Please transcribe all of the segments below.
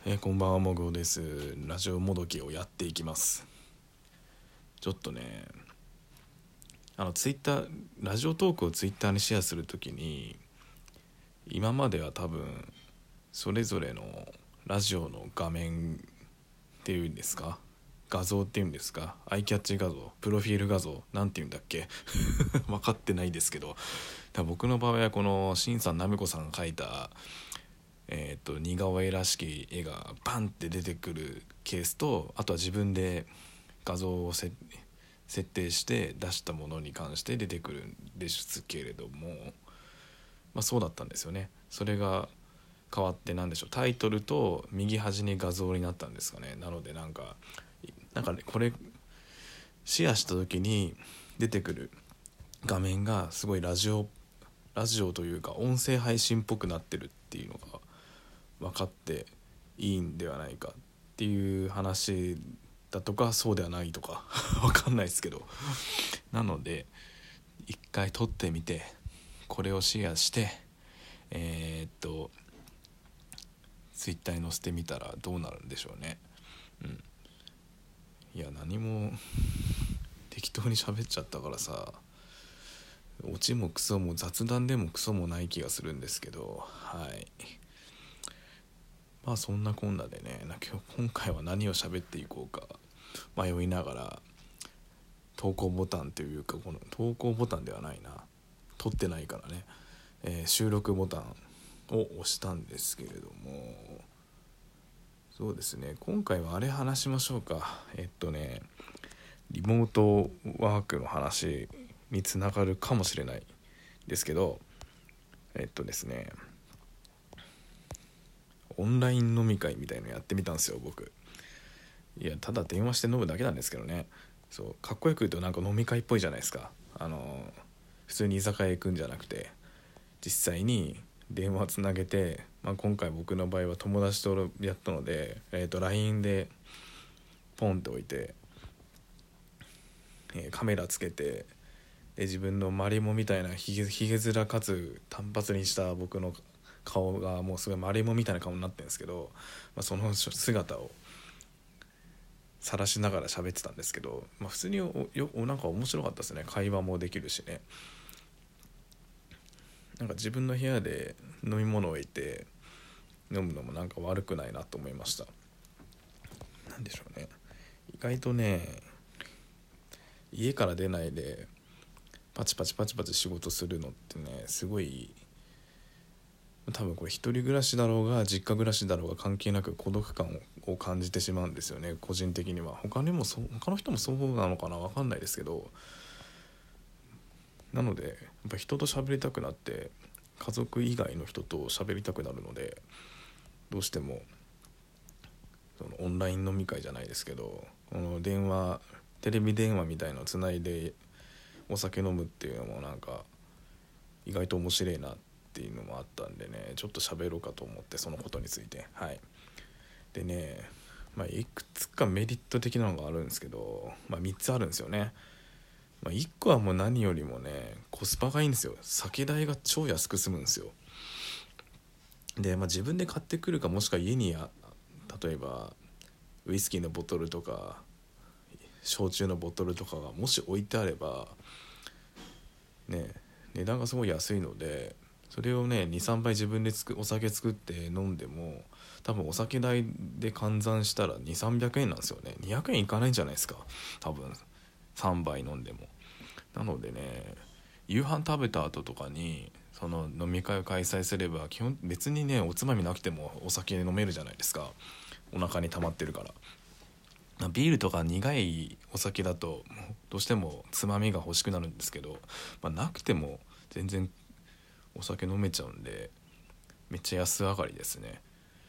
こんばんは、もぐです。ラジオもどきをやっていきます。ちょっとね、ツイッターラジオトークをツイッターにシェアするときに、今までは多分それぞれのラジオの画面っていうんですか、画像っていうんですか、アイキャッチ画像、プロフィール画像なんていうんだっけ分かってないですけど、僕の場合はこの新さんなめこさんが描いた似顔絵らしき絵がバンって出てくるケースと、あとは自分で画像を設定して出したものに関して出てくるんですけれども、そうだったんですよね。それが変わって、なんでしょう、タイトルと右端に画像になったんですかね。なのでなんかこれシェアした時に出てくる画面がすごいラジオというか音声配信っぽくなってるっていうのが分かっていいんではないかっていう話だとか、そうではないとか分かんないですけど、なので一回撮ってみて、これをシェアしてツイッターに載せてみたらどうなるんでしょうね。いや、何も適当に喋っちゃったからさ、オチもクソも雑談でもクソもない気がするんですけど、はい。そんなこんなでね、今回は何を喋っていこうか迷いながら、投稿ボタンというか、この投稿ボタンではないな、撮ってないからね、収録ボタンを押したんですけれども、そうですね、今回はあれ話しましょうか。リモートワークの話につながるかもしれないですけど、ですね、オンライン飲み会みたいのやってみたんですよ、僕。いや、ただ電話して飲むだけなんですけどね。そうかっこよく言うとなんか飲み会っぽいじゃないですか。普通に居酒屋行くんじゃなくて、実際に電話つなげて、今回僕の場合は友達とやったので、LINE でポンって置いて、カメラつけて、で自分のマリモみたいなひげ面かつ単発にした僕の顔がもうすごいマリモみたいな顔になってるんですけど、その姿を晒しながら喋ってたんですけど、普通になんか面白かったですね。会話もできるしね。なんか自分の部屋で飲み物を置いて飲むのもなんか悪くないなと思いました。なんでしょうね、意外とね、家から出ないでパチパチパチパチ仕事するのってね、すごい、多分これ一人暮らしだろうが実家暮らしだろうが関係なく孤独感を感じてしまうんですよね、個人的には。他の人もそうなのかな、分かんないですけど、なのでやっぱ人と喋りたくなって、家族以外の人と喋りたくなるので、どうしてもそのオンライン飲み会じゃないですけど、このテレビ電話みたいのをつないでお酒飲むっていうのもなんか意外と面白いなっていうのもあったんでね、ちょっと喋ろうかと思って、そのことについて。はい。でね、いくつかメリット的なのがあるんですけど、3つあるんですよね。1個はもう何よりもね、コスパがいいんですよ。酒代が超安く済むんですよ。で、自分で買ってくるか、もしくは家に例えばウイスキーのボトルとか焼酎のボトルとかがもし置いてあればね、値段がすごい安いので、それをね 2,3 杯自分でお酒作って飲んでも、多分お酒代で換算したら2,300円なんですよね。200円いかないんじゃないですか、多分3杯飲んでも。なのでね、夕飯食べた後とかにその飲み会を開催すれば、基本別にね、おつまみなくてもお酒飲めるじゃないですか、お腹に溜まってるから。ビールとか苦いお酒だとどうしてもつまみが欲しくなるんですけど、なくても全然お酒飲めちゃうんで、めっちゃ安上がりですね。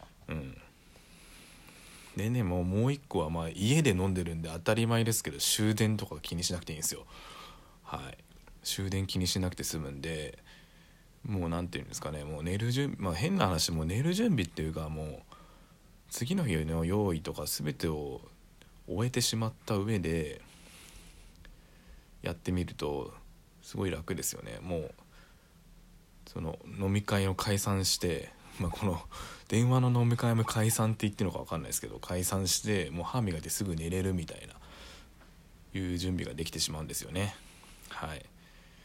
でね、もう一個は、家で飲んでるんで当たり前ですけど、終電とか気にしなくていいんですよ。はい。終電気にしなくて済むんで、もうなんていうんですかね、もう寝る変な話、もう寝る準備っていうか、もう次の日の用意とか全てを終えてしまった上でやってみるとすごい楽ですよね。もうその飲み会を解散して、この電話の飲み会も解散って言ってるのか分かんないですけど、解散してもう歯磨いてすぐ寝れるみたいないう準備ができてしまうんですよね。はい。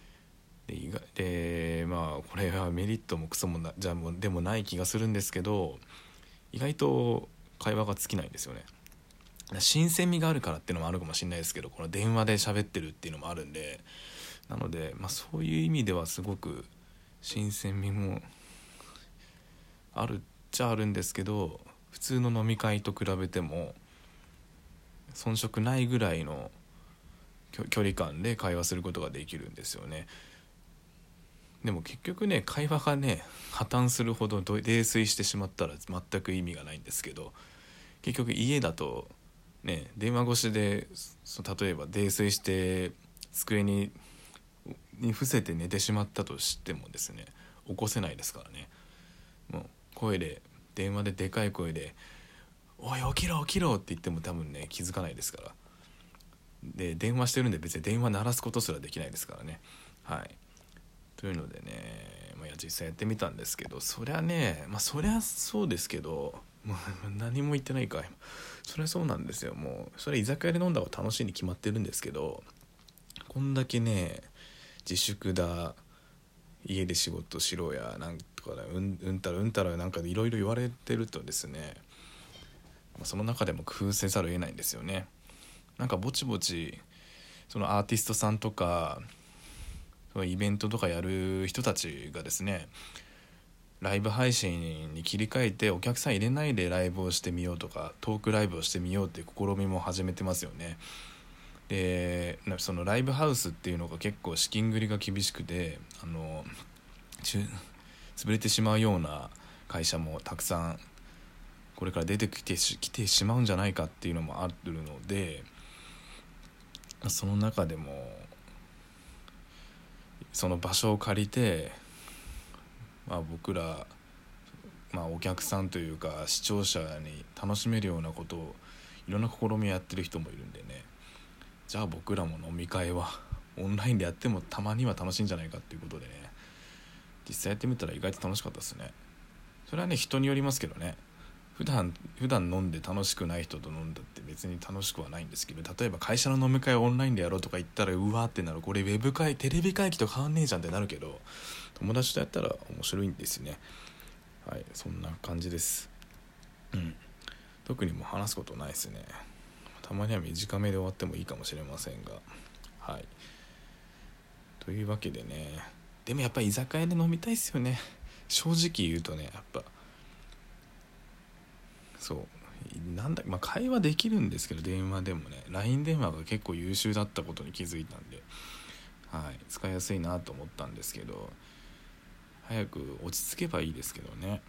でまあこれはメリットもクソもじゃあもうでもない気がするんですけど、意外と会話が尽きないんですよね。新鮮味があるからっていうのもあるかもしれないですけど、この電話で喋ってるっていうのもあるんで、なので、そういう意味ではすごく新鮮味もあるっちゃあるんですけど、普通の飲み会と比べても遜色ないぐらいの距離感で会話することができるんですよね。でも結局ね、会話がね破綻するほど泥酔してしまったら全く意味がないんですけど、結局家だとね、電話越しで例えば泥酔して机に伏せて寝てしまったとしてもですね、起こせないですからね。もう電話ででかい声で「おい起きろ起きろ」って言っても多分ね気づかないですから。で電話してるんで別に電話鳴らすことすらできないですからね。はい。というのでね、実際やってみたんですけど、そりゃね、そりゃそうですけど、もう何も言ってないか。そりゃそうなんですよ。もうそれ居酒屋で飲んだ方が楽しいに決まってるんですけど、こんだけね自粛だ、家で仕事しろやなんとかだ、うんたらうんたらなんかいろいろ言われてるとですね、その中でも工夫せざるを得ないんですよね。なんかぼちぼちそのアーティストさんとかそのイベントとかやる人たちがですね、ライブ配信に切り替えてお客さん入れないでライブをしてみようとか、トークライブをしてみようっていう試みも始めてますよね。でそのライブハウスっていうのが結構資金繰りが厳しくて潰れてしまうような会社もたくさんこれから出てきてしまうんじゃないかっていうのもあるので、その中でもその場所を借りて、僕ら、お客さんというか視聴者に楽しめるようなことをいろんな試みをやってる人もいるんでね、じゃあ僕らも飲み会はオンラインでやってもたまには楽しいんじゃないかっていうことでね、実際やってみたら意外と楽しかったですね。それはね人によりますけどね。普段飲んで楽しくない人と飲んだって別に楽しくはないんですけど、例えば会社の飲み会をオンラインでやろうとか言ったらうわーってなる、これウェブ会テレビ会議と変わんねえじゃんってなるけど、友達とやったら面白いんですよね。はい、そんな感じです。特にもう話すことないですね。たまには短めで終わってもいいかもしれませんが、はい。というわけでね、でもやっぱり居酒屋で飲みたいですよね。正直言うとね、やっぱそうなんだ、会話できるんですけど、電話でもね LINE 電話が結構優秀だったことに気づいたんで、はい、使いやすいなと思ったんですけど、早く落ち着けばいいですけどね。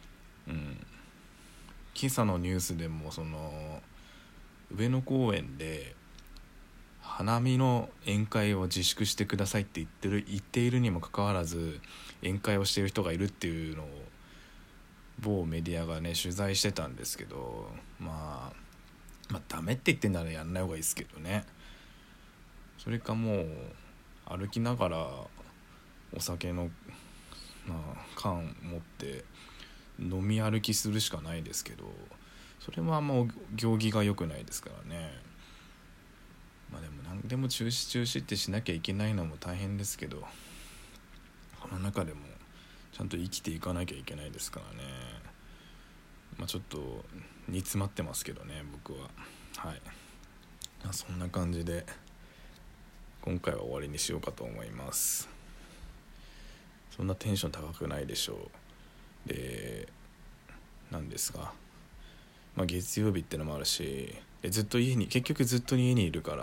今朝のニュースでもその上野公園で花見の宴会を自粛してくださいって言っているにもかかわらず宴会をしている人がいるっていうのを某メディアがね取材してたんですけど、ダメって言ってんならやんない方がいいですけどね。それかもう歩きながらお酒の、缶持って飲み歩きするしかないですけど、それもあんまお行儀が良くないですからね。でも何でも中止ってしなきゃいけないのも大変ですけど、この中でもちゃんと生きていかなきゃいけないですからね。ちょっと煮詰まってますけどね僕は。はい。そんな感じで今回は終わりにしようかと思います。そんなテンション高くないでしょう。でなんですが、月曜日ってのもあるし、結局ずっと家にいるから、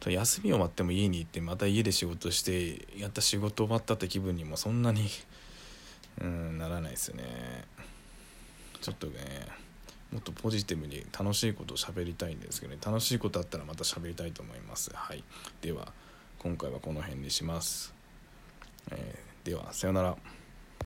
休み終わっても家に行ってまた家で仕事してやった仕事終わったって気分にもそんなにならないですよね。ちょっとねもっとポジティブに楽しいことを喋りたいんですけどね、楽しいことあったらまた喋りたいと思います。はい。では今回はこの辺にします。ではさよなら。